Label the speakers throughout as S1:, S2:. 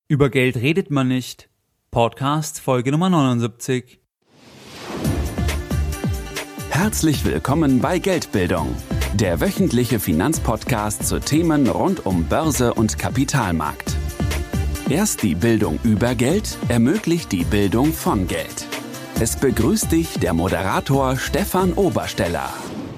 S1: Über Geld redet man nicht. Podcast Folge Nummer 79.
S2: Herzlich willkommen bei Geldbildung, der wöchentliche Finanzpodcast zu Themen rund um Börse und Kapitalmarkt. Erst die Bildung über Geld ermöglicht die Bildung von Geld. Es begrüßt dich der Moderator Stefan Obersteller.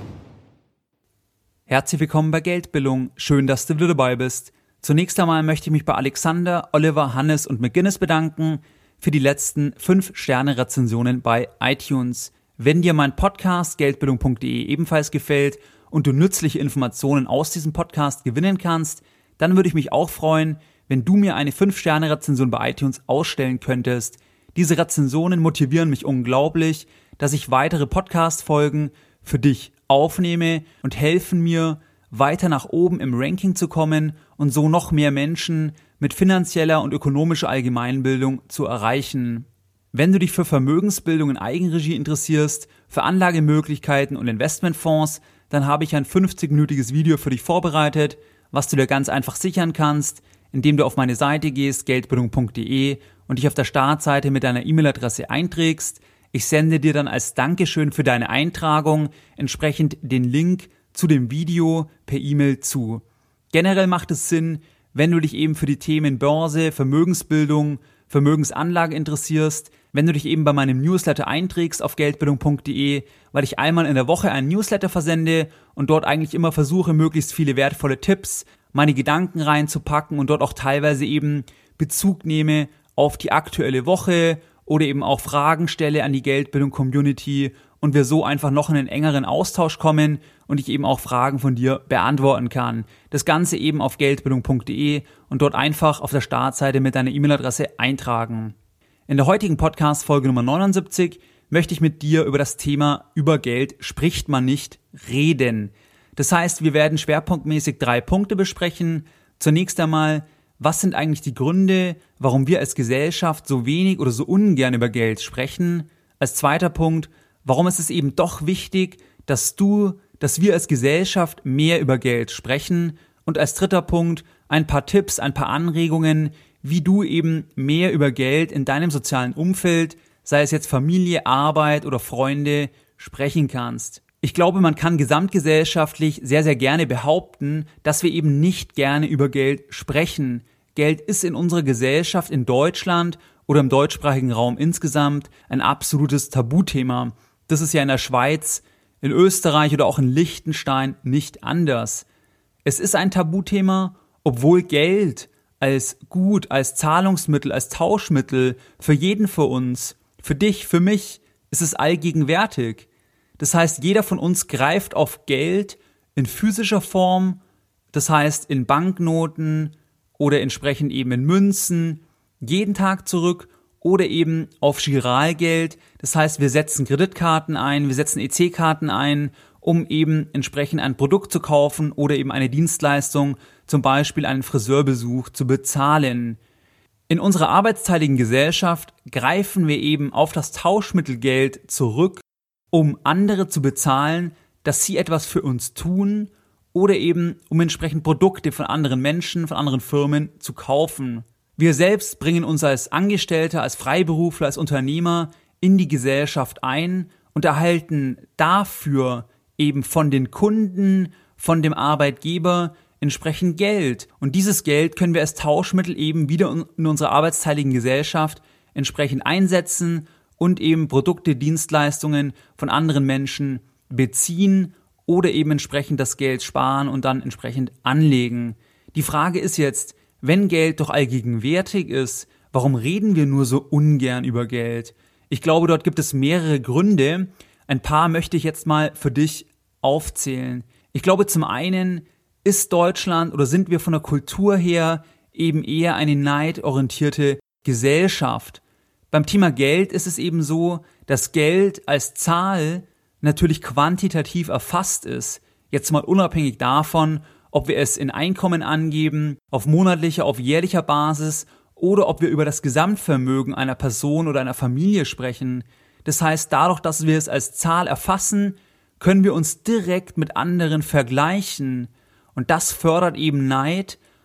S1: Herzlich willkommen bei Geldbildung. Schön, dass du wieder dabei bist. Zunächst einmal möchte ich mich bei Alexander, Oliver, Hannes und McGinnis bedanken für die letzten 5-Sterne-Rezensionen bei iTunes. Wenn dir mein Podcast geldbildung.de ebenfalls gefällt und du nützliche Informationen aus diesem Podcast gewinnen kannst, dann würde ich mich auch freuen, wenn du mir eine 5-Sterne-Rezension bei iTunes ausstellen könntest. Diese Rezensionen motivieren mich unglaublich, dass ich weitere Podcast-Folgen für dich aufnehme und helfen mir, weiter nach oben im Ranking zu kommen und so noch mehr Menschen mit finanzieller und ökonomischer Allgemeinbildung zu erreichen. Wenn du dich für Vermögensbildung in Eigenregie interessierst, für Anlagemöglichkeiten und Investmentfonds, dann habe ich ein 50-minütiges Video für dich vorbereitet, was du dir ganz einfach sichern kannst, indem du auf meine Seite gehst, geldbildung.de, und dich auf der Startseite mit deiner E-Mail-Adresse einträgst. Ich sende dir dann als Dankeschön für deine Eintragung entsprechend den Link zu dem Video per E-Mail zu. Generell macht es Sinn, wenn du dich eben für die Themen Börse, Vermögensbildung, Vermögensanlage interessierst, wenn du dich eben bei meinem Newsletter einträgst auf geldbildung.de, weil ich einmal in der Woche einen Newsletter versende und dort eigentlich immer versuche, möglichst viele wertvolle Tipps, meine Gedanken reinzupacken und dort auch teilweise eben Bezug nehme auf die aktuelle Woche oder eben auch Fragen stelle an die Geldbildung-Community und wir so einfach noch in einen engeren Austausch kommen und ich eben auch Fragen von dir beantworten kann. Das Ganze eben auf geldbildung.de und dort einfach auf der Startseite mit deiner E-Mail-Adresse eintragen. In der heutigen Podcast-Folge Nummer 79 möchte ich mit dir über das Thema über Geld spricht man nicht reden. Das heißt, wir werden schwerpunktmäßig 3 Punkte besprechen. Zunächst einmal, was sind eigentlich die Gründe, warum wir als Gesellschaft so wenig oder so ungern über Geld sprechen? Als zweiter Punkt, warum ist es eben doch wichtig, dass wir als Gesellschaft mehr über Geld sprechen? Und als dritter Punkt, ein paar Tipps, ein paar Anregungen, wie du eben mehr über Geld in deinem sozialen Umfeld, sei es jetzt Familie, Arbeit oder Freunde, sprechen kannst. Ich glaube, man kann gesamtgesellschaftlich sehr, sehr gerne behaupten, dass wir eben nicht gerne über Geld sprechen. Geld ist in unserer Gesellschaft in Deutschland oder im deutschsprachigen Raum insgesamt ein absolutes Tabuthema. Das ist ja in der Schweiz, in Österreich oder auch in Liechtenstein nicht anders. Es ist ein Tabuthema, obwohl Geld als Gut, als Zahlungsmittel, als Tauschmittel für jeden von uns, für dich, für mich, ist es allgegenwärtig. Das heißt, jeder von uns greift auf Geld in physischer Form, das heißt in Banknoten oder entsprechend eben in Münzen, jeden Tag zurück oder eben auf Giralgeld. Das heißt, wir setzen Kreditkarten ein, wir setzen EC-Karten ein, um eben entsprechend ein Produkt zu kaufen oder eben eine Dienstleistung, zum Beispiel einen Friseurbesuch, zu bezahlen. In unserer arbeitsteiligen Gesellschaft greifen wir eben auf das Tauschmittelgeld zurück, um andere zu bezahlen, dass sie etwas für uns tun oder eben um entsprechend Produkte von anderen Menschen, von anderen Firmen zu kaufen. Wir selbst bringen uns als Angestellter, als Freiberufler, als Unternehmer in die Gesellschaft ein und erhalten dafür eben von den Kunden, von dem Arbeitgeber entsprechend Geld. Und dieses Geld können wir als Tauschmittel eben wieder in unserer arbeitsteiligen Gesellschaft entsprechend einsetzen und eben Produkte, Dienstleistungen von anderen Menschen beziehen oder eben entsprechend das Geld sparen und dann entsprechend anlegen. Die Frage ist jetzt, wenn Geld doch allgegenwärtig ist, warum reden wir nur so ungern über Geld? Ich glaube, dort gibt es mehrere Gründe. Ein paar möchte ich jetzt mal für dich aufzählen. Ich glaube, zum einen ist Deutschland oder sind wir von der Kultur her eben eher eine neidorientierte Gesellschaft. Beim Thema Geld ist es eben so, dass Geld als Zahl natürlich quantitativ erfasst ist. Jetzt mal unabhängig davon, ob wir es in Einkommen angeben, auf monatlicher, auf jährlicher Basis oder ob wir über das Gesamtvermögen einer Person oder einer Familie sprechen. Das heißt, dadurch, dass wir es als Zahl erfassen, können wir uns direkt mit anderen vergleichen. Und das fördert eben Neid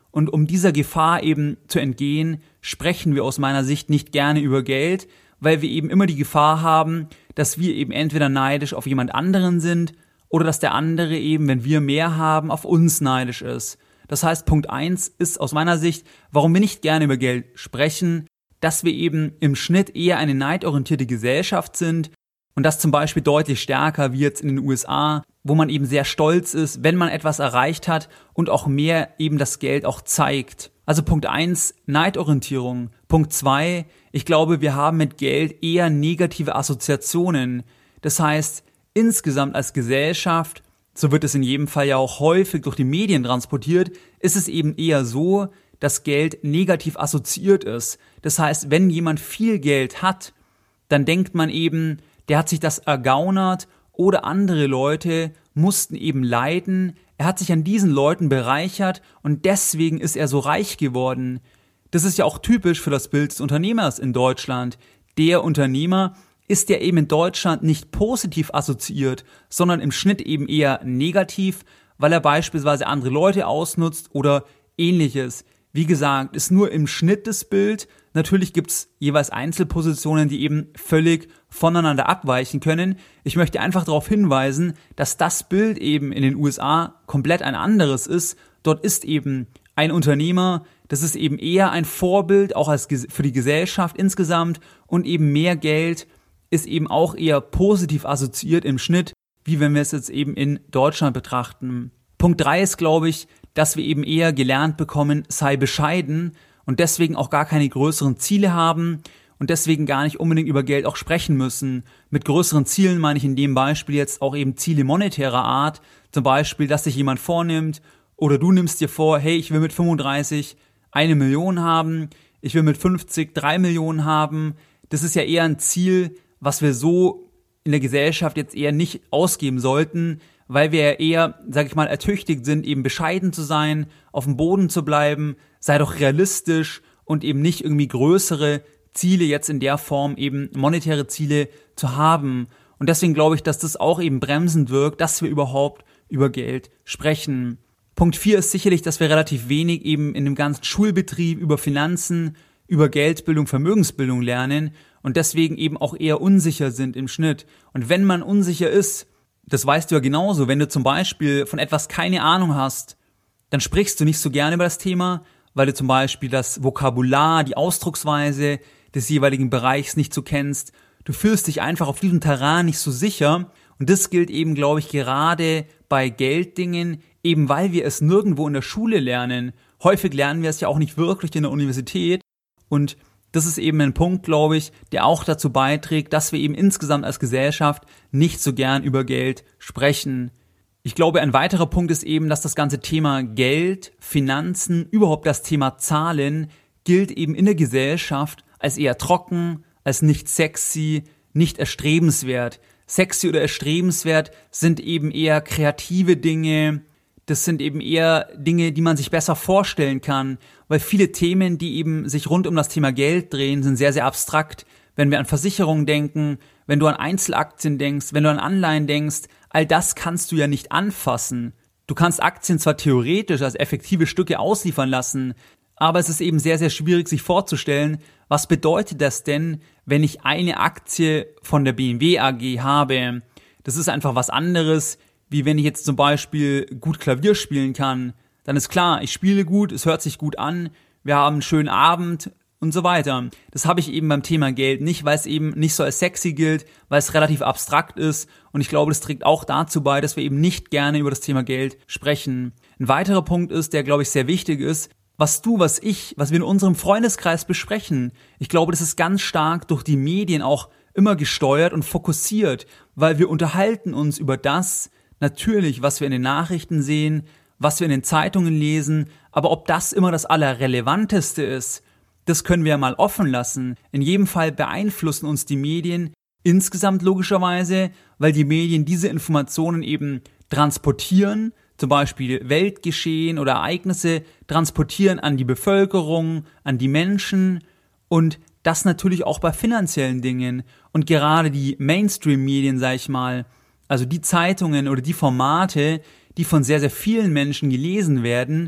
S1: Und um dieser Gefahr eben zu entgehen, sprechen wir aus meiner Sicht nicht gerne über Geld, weil wir eben immer die Gefahr haben, dass wir eben entweder neidisch auf jemand anderen sind oder dass der andere eben, wenn wir mehr haben, auf uns neidisch ist. Das heißt, Punkt 1 ist aus meiner Sicht, warum wir nicht gerne über Geld sprechen, dass wir eben im Schnitt eher eine neidorientierte Gesellschaft sind und das zum Beispiel deutlich stärker wie jetzt in den USA, wo man eben sehr stolz ist, wenn man etwas erreicht hat und auch mehr eben das Geld auch zeigt. Also Punkt 1, Neidorientierung. Punkt 2, ich glaube, wir haben mit Geld eher negative Assoziationen. Das heißt, insgesamt als Gesellschaft, so wird es in jedem Fall ja auch häufig durch die Medien transportiert, ist es eben eher so, dass Geld negativ assoziiert ist. Das heißt, wenn jemand viel Geld hat, dann denkt man eben, der hat sich das ergaunert oder andere Leute mussten eben leiden. Er hat sich an diesen Leuten bereichert und deswegen ist er so reich geworden. Das ist ja auch typisch für das Bild des Unternehmers in Deutschland. Der Unternehmer ist ja eben in Deutschland nicht positiv assoziiert, sondern im Schnitt eben eher negativ, weil er beispielsweise andere Leute ausnutzt oder ähnliches. Wie gesagt, ist nur im Schnitt das Bild. Natürlich gibt es jeweils Einzelpositionen, die eben völlig voneinander abweichen können. Ich möchte einfach darauf hinweisen, dass das Bild eben in den USA komplett ein anderes ist. Dort ist eben ein Unternehmer, das ist eben eher ein Vorbild, auch für die Gesellschaft insgesamt, und eben mehr Geld ist eben auch eher positiv assoziiert im Schnitt, wie wenn wir es jetzt eben in Deutschland betrachten. Punkt 3 ist, glaube ich, dass wir eben eher gelernt bekommen, sei bescheiden und deswegen auch gar keine größeren Ziele haben und deswegen gar nicht unbedingt über Geld auch sprechen müssen. Mit größeren Zielen meine ich in dem Beispiel jetzt auch eben Ziele monetärer Art, zum Beispiel, dass sich jemand vornimmt oder du nimmst dir vor, hey, ich will mit 35 1 Million haben, ich will mit 50 3 Millionen haben. Das ist ja eher ein Ziel, was wir so in der Gesellschaft jetzt eher nicht ausgeben sollten, weil wir ja eher, sag ich mal, ertüchtigt sind, eben bescheiden zu sein, auf dem Boden zu bleiben, sei doch realistisch und eben nicht irgendwie größere Ziele jetzt in der Form eben monetäre Ziele zu haben. Und deswegen glaube ich, dass das auch eben bremsend wirkt, dass wir überhaupt über Geld sprechen. Punkt 4 ist sicherlich, dass wir relativ wenig eben in dem ganzen Schulbetrieb über Finanzen, über Geldbildung, Vermögensbildung lernen und deswegen eben auch eher unsicher sind im Schnitt. Und wenn man unsicher ist, das weißt du ja genauso, wenn du zum Beispiel von etwas keine Ahnung hast, dann sprichst du nicht so gerne über das Thema, weil du zum Beispiel das Vokabular, die Ausdrucksweise des jeweiligen Bereichs nicht so kennst. Du fühlst dich einfach auf diesem Terrain nicht so sicher und das gilt eben, glaube ich, gerade bei Gelddingen, eben weil wir es nirgendwo in der Schule lernen. Häufig lernen wir es ja auch nicht wirklich in der Universität und das ist eben ein Punkt, glaube ich, der auch dazu beiträgt, dass wir eben insgesamt als Gesellschaft nicht so gern über Geld sprechen. Ich glaube, ein weiterer Punkt ist eben, dass das ganze Thema Geld, Finanzen, überhaupt das Thema Zahlen gilt eben in der Gesellschaft als eher trocken, als nicht sexy, nicht erstrebenswert. Sexy oder erstrebenswert sind eben eher kreative Dinge, das sind eben eher Dinge, die man sich besser vorstellen kann, weil viele Themen, die eben sich rund um das Thema Geld drehen, sind sehr, sehr abstrakt. Wenn wir an Versicherungen denken, wenn du an Einzelaktien denkst, wenn du an Anleihen denkst, all das kannst du ja nicht anfassen. Du kannst Aktien zwar theoretisch als effektive Stücke ausliefern lassen, aber es ist eben sehr, sehr schwierig, sich vorzustellen, was bedeutet das denn, wenn ich eine Aktie von der BMW AG habe? Das ist einfach was anderes, wie wenn ich jetzt zum Beispiel gut Klavier spielen kann. Dann ist klar, ich spiele gut, es hört sich gut an, wir haben einen schönen Abend und so weiter. Das habe ich eben beim Thema Geld nicht, weil es eben nicht so als sexy gilt, weil es relativ abstrakt ist und ich glaube, das trägt auch dazu bei, dass wir eben nicht gerne über das Thema Geld sprechen. Ein weiterer Punkt ist, der glaube ich sehr wichtig ist, was wir in unserem Freundeskreis besprechen. Ich glaube, das ist ganz stark durch die Medien auch immer gesteuert und fokussiert, weil wir unterhalten uns über das, natürlich, was wir in den Nachrichten sehen, was wir in den Zeitungen lesen, aber ob das immer das Allerrelevanteste ist, das können wir ja mal offen lassen. In jedem Fall beeinflussen uns die Medien insgesamt logischerweise, weil die Medien diese Informationen eben transportieren, zum Beispiel Weltgeschehen oder Ereignisse transportieren an die Bevölkerung, an die Menschen und das natürlich auch bei finanziellen Dingen. Und gerade die Mainstream-Medien, sag ich mal, also die Zeitungen oder die Formate, die von sehr, sehr vielen Menschen gelesen werden,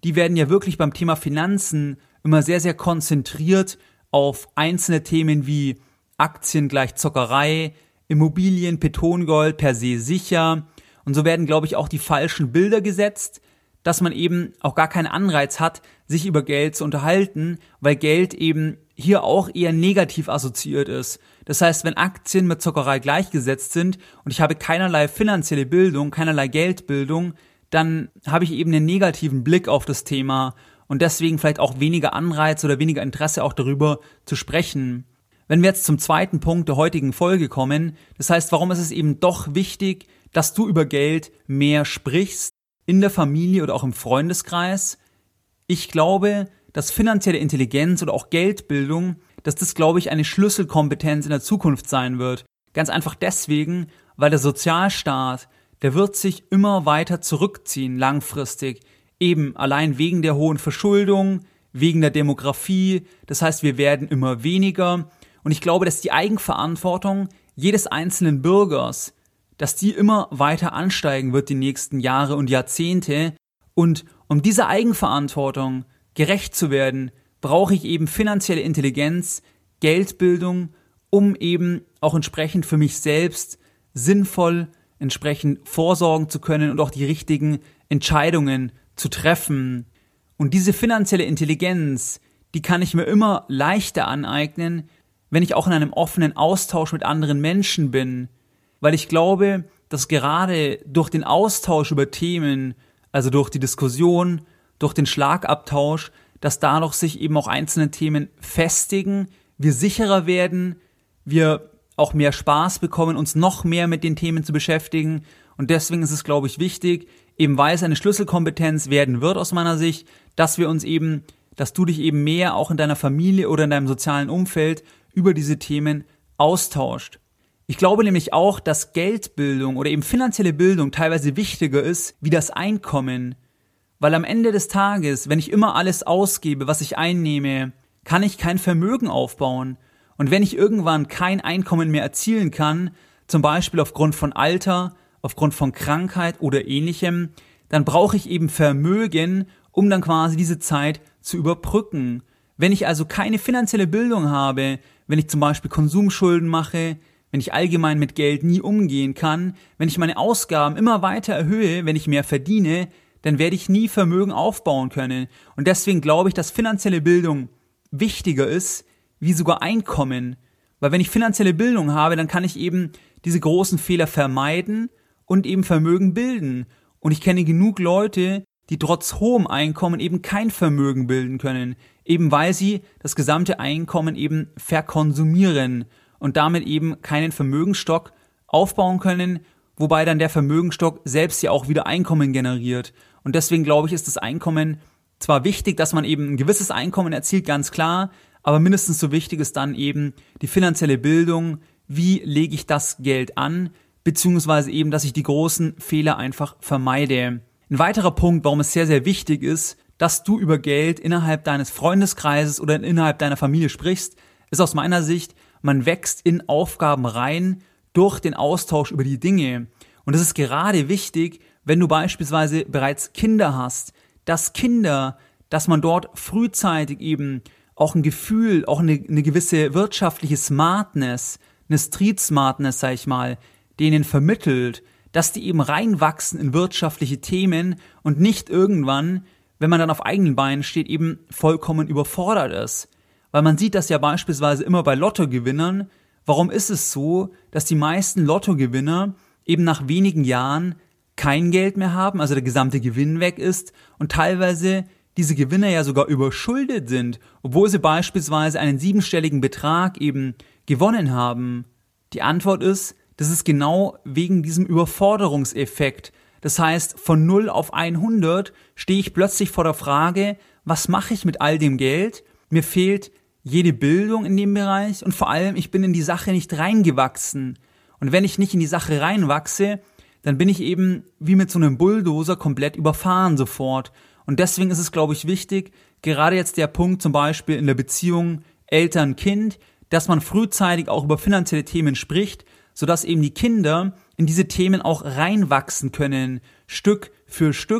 S1: die werden ja wirklich beim Thema Finanzen immer sehr, sehr konzentriert auf einzelne Themen wie Aktien gleich Zockerei, Immobilien, Betongold per se sicher. Und so werden, glaube ich, auch die falschen Bilder gesetzt, dass man eben auch gar keinen Anreiz hat, sich über Geld zu unterhalten, weil Geld eben hier auch eher negativ assoziiert ist. Das heißt, wenn Aktien mit Zockerei gleichgesetzt sind und ich habe keinerlei finanzielle Bildung, keinerlei Geldbildung, dann habe ich eben einen negativen Blick auf das Thema und deswegen vielleicht auch weniger Anreiz oder weniger Interesse auch darüber zu sprechen. Wenn wir jetzt zum zweiten Punkt der heutigen Folge kommen, das heißt, warum ist es eben doch wichtig, dass du über Geld mehr sprichst, in der Familie oder auch im Freundeskreis? Ich glaube, dass finanzielle Intelligenz oder auch Geldbildung, dass das, glaube ich, eine Schlüsselkompetenz in der Zukunft sein wird. Ganz einfach deswegen, weil der Sozialstaat, der wird sich immer weiter zurückziehen langfristig, eben allein wegen der hohen Verschuldung, wegen der Demografie. Das heißt, wir werden immer weniger. Und ich glaube, dass die Eigenverantwortung jedes einzelnen Bürgers, dass die immer weiter ansteigen wird die nächsten Jahre und Jahrzehnte. Und um dieser Eigenverantwortung gerecht zu werden, brauche ich eben finanzielle Intelligenz, Geldbildung, um eben auch entsprechend für mich selbst sinnvoll entsprechend vorsorgen zu können und auch die richtigen Entscheidungen zu treffen. Und diese finanzielle Intelligenz, die kann ich mir immer leichter aneignen, wenn ich auch in einem offenen Austausch mit anderen Menschen bin. Weil ich glaube, dass gerade durch den Austausch über Themen, also durch die Diskussion, durch den Schlagabtausch, dass dadurch sich eben auch einzelne Themen festigen, wir sicherer werden, wir auch mehr Spaß bekommen, uns noch mehr mit den Themen zu beschäftigen. Und deswegen ist es, glaube ich, wichtig, eben weil es eine Schlüsselkompetenz werden wird aus meiner Sicht, dass du dich eben mehr auch in deiner Familie oder in deinem sozialen Umfeld über diese Themen austauscht. Ich glaube nämlich auch, dass Geldbildung oder eben finanzielle Bildung teilweise wichtiger ist wie das Einkommen. Weil am Ende des Tages, wenn ich immer alles ausgebe, was ich einnehme, kann ich kein Vermögen aufbauen. Und wenn ich irgendwann kein Einkommen mehr erzielen kann, zum Beispiel aufgrund von Alter, aufgrund von Krankheit oder Ähnlichem, dann brauche ich eben Vermögen, um dann quasi diese Zeit zu überbrücken. Wenn ich also keine finanzielle Bildung habe, wenn ich zum Beispiel Konsumschulden mache, wenn ich allgemein mit Geld nie umgehen kann, wenn ich meine Ausgaben immer weiter erhöhe, wenn ich mehr verdiene, dann werde ich nie Vermögen aufbauen können. Und deswegen glaube ich, dass finanzielle Bildung wichtiger ist, wie sogar Einkommen. Weil wenn ich finanzielle Bildung habe, dann kann ich eben diese großen Fehler vermeiden und eben Vermögen bilden. Und ich kenne genug Leute, die trotz hohem Einkommen eben kein Vermögen bilden können, eben weil sie das gesamte Einkommen eben verkonsumieren und damit eben keinen Vermögensstock aufbauen können, wobei dann der Vermögensstock selbst ja auch wieder Einkommen generiert. Und deswegen glaube ich, ist das Einkommen zwar wichtig, dass man eben ein gewisses Einkommen erzielt, ganz klar, aber mindestens so wichtig ist dann eben die finanzielle Bildung, wie lege ich das Geld an, beziehungsweise eben, dass ich die großen Fehler einfach vermeide. Ein weiterer Punkt, warum es sehr, sehr wichtig ist, dass du über Geld innerhalb deines Freundeskreises oder innerhalb deiner Familie sprichst, ist aus meiner Sicht, man wächst in Aufgaben rein durch den Austausch über die Dinge. Und es ist gerade wichtig, wenn du beispielsweise bereits Kinder hast, dass man dort frühzeitig eben auch ein Gefühl, auch eine gewisse wirtschaftliche Smartness, eine Street Smartness, sag ich mal, denen vermittelt, dass die eben reinwachsen in wirtschaftliche Themen und nicht irgendwann, wenn man dann auf eigenen Beinen steht, eben vollkommen überfordert ist. Weil man sieht das ja beispielsweise immer bei Lottogewinnern. Warum ist es so, dass die meisten Lottogewinner eben nach wenigen Jahren kein Geld mehr haben, also der gesamte Gewinn weg ist und teilweise diese Gewinner ja sogar überschuldet sind, obwohl sie beispielsweise einen 7-stelligen Betrag eben gewonnen haben? Die Antwort ist, das ist genau wegen diesem Überforderungseffekt. Das heißt, von 0 auf 100 stehe ich plötzlich vor der Frage, was mache ich mit all dem Geld? Mir fehlt jede Bildung in dem Bereich und vor allem, ich bin in die Sache nicht reingewachsen. Und wenn ich nicht in die Sache reinwachse, dann bin ich eben wie mit so einem Bulldozer komplett überfahren sofort. Und deswegen ist es, glaube ich, wichtig, gerade jetzt der Punkt zum Beispiel in der Beziehung Eltern-Kind, dass man frühzeitig auch über finanzielle Themen spricht, sodass eben die Kinder in diese Themen auch reinwachsen können, Stück für Stück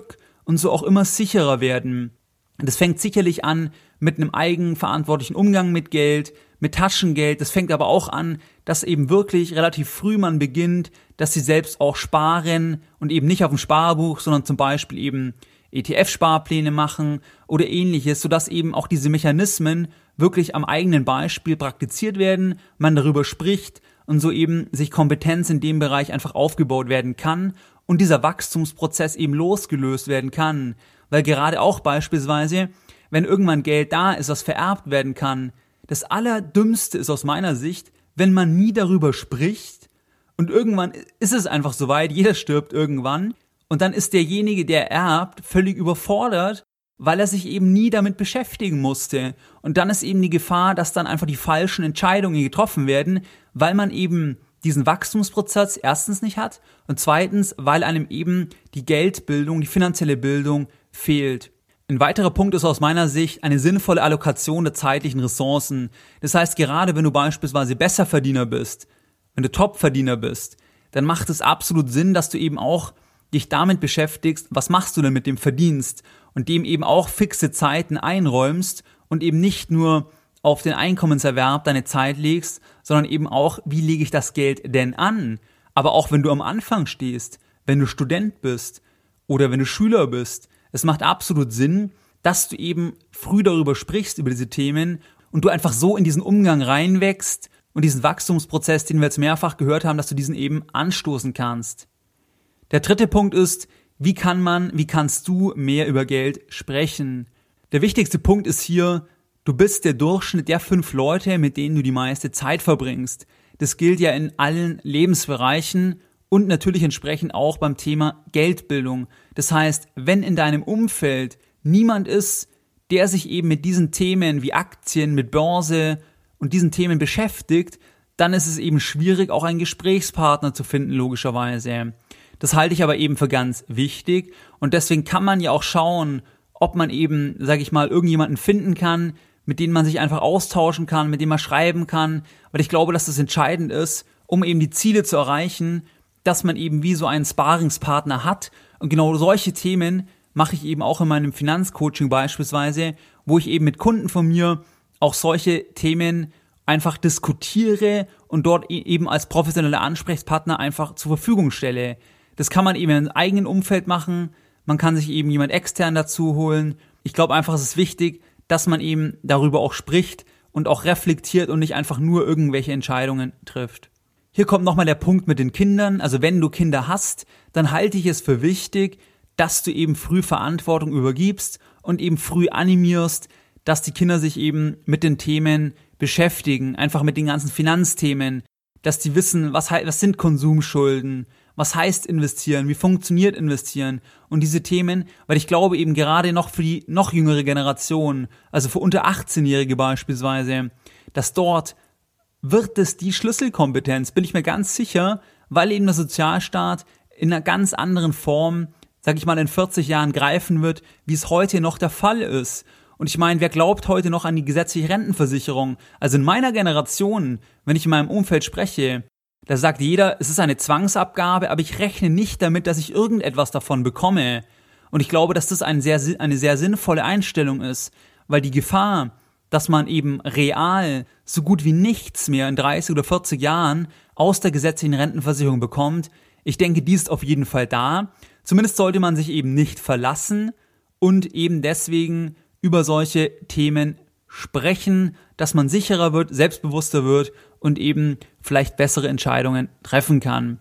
S1: und so auch immer sicherer werden. Das fängt sicherlich an mit einem eigenverantwortlichen Umgang mit Geld, mit Taschengeld. Das fängt aber auch an, dass eben wirklich relativ früh man beginnt, dass sie selbst auch sparen und eben nicht auf dem Sparbuch, sondern zum Beispiel eben ETF-Sparpläne machen oder ähnliches, sodass eben auch diese Mechanismen wirklich am eigenen Beispiel praktiziert werden, man darüber spricht und so eben sich Kompetenz in dem Bereich einfach aufgebaut werden kann und dieser Wachstumsprozess eben losgelöst werden kann. Weil gerade auch beispielsweise, wenn irgendwann Geld da ist, was vererbt werden kann, das Allerdümmste ist aus meiner Sicht, wenn man nie darüber spricht und irgendwann ist es einfach soweit, jeder stirbt irgendwann und dann ist derjenige, der erbt, völlig überfordert, weil er sich eben nie damit beschäftigen musste. Und dann ist eben die Gefahr, dass dann einfach die falschen Entscheidungen getroffen werden, weil man eben diesen Wachstumsprozess erstens nicht hat und zweitens, weil einem eben die Geldbildung, die finanzielle Bildung fehlt. Ein weiterer Punkt ist aus meiner Sicht eine sinnvolle Allokation der zeitlichen Ressourcen. Das heißt, gerade wenn du beispielsweise Besserverdiener bist, wenn du Topverdiener bist, dann macht es absolut Sinn, dass du eben auch dich damit beschäftigst, was machst du denn mit dem Verdienst und dem eben auch fixe Zeiten einräumst und eben nicht nur auf den Einkommenserwerb deine Zeit legst, sondern eben auch, wie lege ich das Geld denn an? Aber auch wenn du am Anfang stehst, wenn du Student bist oder wenn du Schüler bist, es macht absolut Sinn, dass du eben früh darüber sprichst, über diese Themen und du einfach so in diesen Umgang reinwächst und diesen Wachstumsprozess, den wir jetzt mehrfach gehört haben, dass du diesen eben anstoßen kannst. Der dritte Punkt ist, wie kannst du mehr über Geld sprechen? Der wichtigste Punkt ist hier, du bist der Durchschnitt der 5 Leute, mit denen du die meiste Zeit verbringst. Das gilt ja in allen Lebensbereichen und natürlich entsprechend auch beim Thema Geldbildung. Das heißt, wenn in deinem Umfeld niemand ist, der sich eben mit diesen Themen wie Aktien, mit Börse und diesen Themen beschäftigt, dann ist es eben schwierig, auch einen Gesprächspartner zu finden, logischerweise. Das halte ich aber eben für ganz wichtig und deswegen kann man ja auch schauen, ob man eben, sage ich mal, irgendjemanden finden kann, mit dem man sich einfach austauschen kann, mit dem man schreiben kann, weil ich glaube, dass das entscheidend ist, um eben die Ziele zu erreichen, dass man eben wie so einen Sparingspartner hat und genau solche Themen mache ich eben auch in meinem Finanzcoaching beispielsweise, wo ich eben mit Kunden von mir auch solche Themen einfach diskutiere und dort eben als professioneller Ansprechpartner einfach zur Verfügung stelle. Das kann man eben im eigenen Umfeld machen, man kann sich eben jemand extern dazu holen. Ich glaube einfach, es ist wichtig, dass man eben darüber auch spricht und auch reflektiert und nicht einfach nur irgendwelche Entscheidungen trifft. Hier kommt nochmal der Punkt mit den Kindern. Also wenn du Kinder hast, dann halte ich es für wichtig, dass du eben früh Verantwortung übergibst und eben früh animierst, dass die Kinder sich eben mit den Themen beschäftigen, einfach mit den ganzen Finanzthemen, dass die wissen, was sind Konsumschulden, was heißt investieren, wie funktioniert investieren und diese Themen, weil ich glaube eben gerade noch für die noch jüngere Generation, also für unter 18-Jährige beispielsweise, dass dort wird es die Schlüsselkompetenz, bin ich mir ganz sicher, weil eben der Sozialstaat in einer ganz anderen Form, sag ich mal, in 40 Jahren greifen wird, wie es heute noch der Fall ist. Und ich meine, wer glaubt heute noch an die gesetzliche Rentenversicherung? Also in meiner Generation, wenn ich in meinem Umfeld spreche, da sagt jeder, es ist eine Zwangsabgabe, aber ich rechne nicht damit, dass ich irgendetwas davon bekomme. Und ich glaube, dass das eine sehr sinnvolle Einstellung ist, weil die Gefahr, dass man eben real so gut wie nichts mehr in 30 oder 40 Jahren aus der gesetzlichen Rentenversicherung bekommt, ich denke, die ist auf jeden Fall da. Zumindest sollte man sich eben nicht verlassen und eben deswegen über solche Themen sprechen, dass man sicherer wird, selbstbewusster wird und eben vielleicht bessere Entscheidungen treffen kann.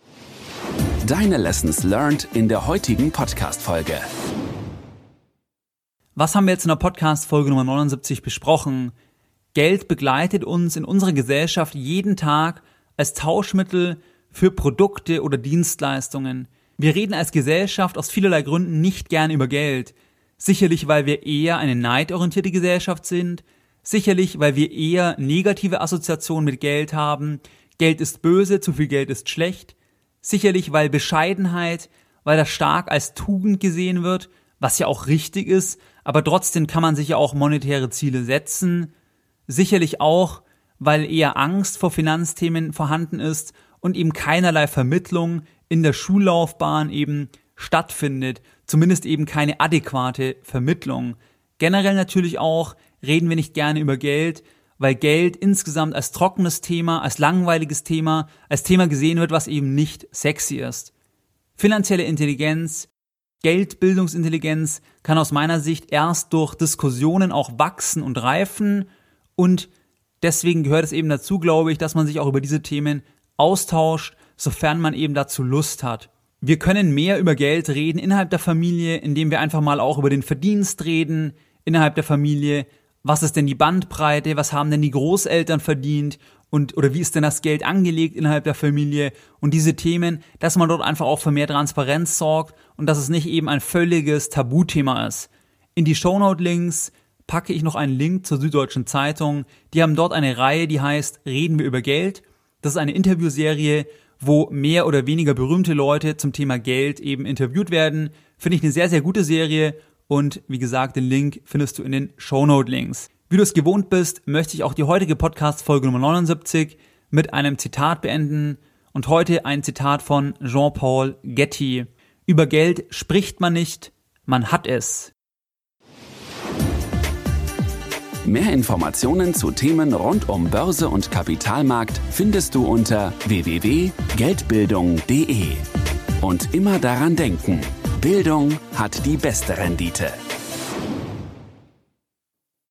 S2: Deine Lessons learned in der heutigen Podcast-Folge.
S1: Was haben wir jetzt in der Podcast-Folge Nummer 79 besprochen? Geld begleitet uns in unserer Gesellschaft jeden Tag als Tauschmittel für Produkte oder Dienstleistungen. Wir reden als Gesellschaft aus vielerlei Gründen nicht gern über Geld. Sicherlich, weil wir eher eine neidorientierte Gesellschaft sind. Sicherlich, weil wir eher negative Assoziationen mit Geld haben. Geld ist böse, zu viel Geld ist schlecht. Sicherlich, weil Bescheidenheit, weil das stark als Tugend gesehen wird, was ja auch richtig ist, aber trotzdem kann man sich ja auch monetäre Ziele setzen. Sicherlich auch, weil eher Angst vor Finanzthemen vorhanden ist und eben keinerlei Vermittlung in der Schullaufbahn eben stattfindet, zumindest eben keine adäquate Vermittlung. Generell natürlich auch reden wir nicht gerne über Geld, weil Geld insgesamt als trockenes Thema, als langweiliges Thema, als Thema gesehen wird, was eben nicht sexy ist. Finanzielle Intelligenz, Geldbildungsintelligenz kann aus meiner Sicht erst durch Diskussionen auch wachsen und reifen und deswegen gehört es eben dazu, glaube ich, dass man sich auch über diese Themen austauscht, sofern man eben dazu Lust hat. Wir können mehr über Geld reden innerhalb der Familie, indem wir einfach mal auch über den Verdienst reden innerhalb der Familie. Was ist denn die Bandbreite? Was haben denn die Großeltern verdient? Oder wie ist denn das Geld angelegt innerhalb der Familie? Und diese Themen, dass man dort einfach auch für mehr Transparenz sorgt und dass es nicht eben ein völliges Tabuthema ist. In die Shownote-Links packe ich noch einen Link zur Süddeutschen Zeitung. Die haben dort eine Reihe, die heißt Reden wir über Geld. Das ist eine Interviewserie, wo mehr oder weniger berühmte Leute zum Thema Geld eben interviewt werden. Finde ich eine sehr, sehr gute Serie und wie gesagt, den Link findest du in den Shownote-Links. Wie du es gewohnt bist, möchte ich auch die heutige Podcast-Folge Nummer 79 mit einem Zitat beenden und heute ein Zitat von Jean-Paul Getty. Über Geld spricht man nicht, man hat es.
S2: Mehr Informationen zu Themen rund um Börse und Kapitalmarkt findest du unter www.geldbildung.de. Und immer daran denken, Bildung hat die beste Rendite.